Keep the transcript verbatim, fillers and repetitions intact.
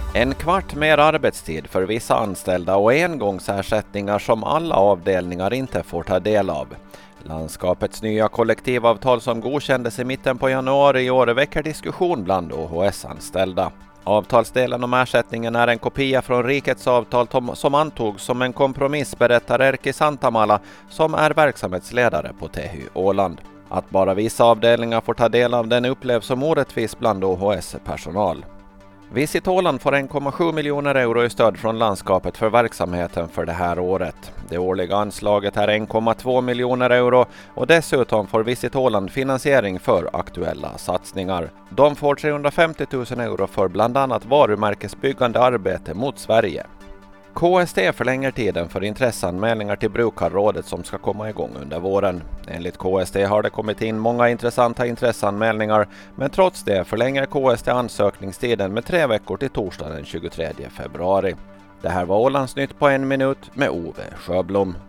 En kvart mer arbetstid för vissa anställda och engångsersättningar som alla avdelningar inte får ta del av. Landskapets nya kollektivavtal som godkändes i mitten på januari i år väcker diskussion bland O H S-anställda. Avtalsdelen om ersättningen är en kopia från rikets avtal som antogs som en kompromiss, berättar Erkki Santamala som är verksamhetsledare på T H Y Åland. Att bara vissa avdelningar får ta del av den upplevs som orättvis bland O H S-personal. Visit Åland får en komma sju miljoner euro i stöd från landskapet för verksamheten för det här året. Det årliga anslaget är en komma två miljoner euro och dessutom får Visit Åland finansiering för aktuella satsningar. De får trehundrafemtio tusen euro för bland annat varumärkesbyggande arbete mot Sverige. K S T förlänger tiden för intresseanmälningar till brukarrådet som ska komma igång under våren. Enligt K S T har det kommit in många intressanta intresseanmälningar, men trots det förlänger K S T ansökningstiden med tre veckor till torsdag den tjugotredje februari. Det här var Ålandsnytt på en minut med Ove Sjöblom.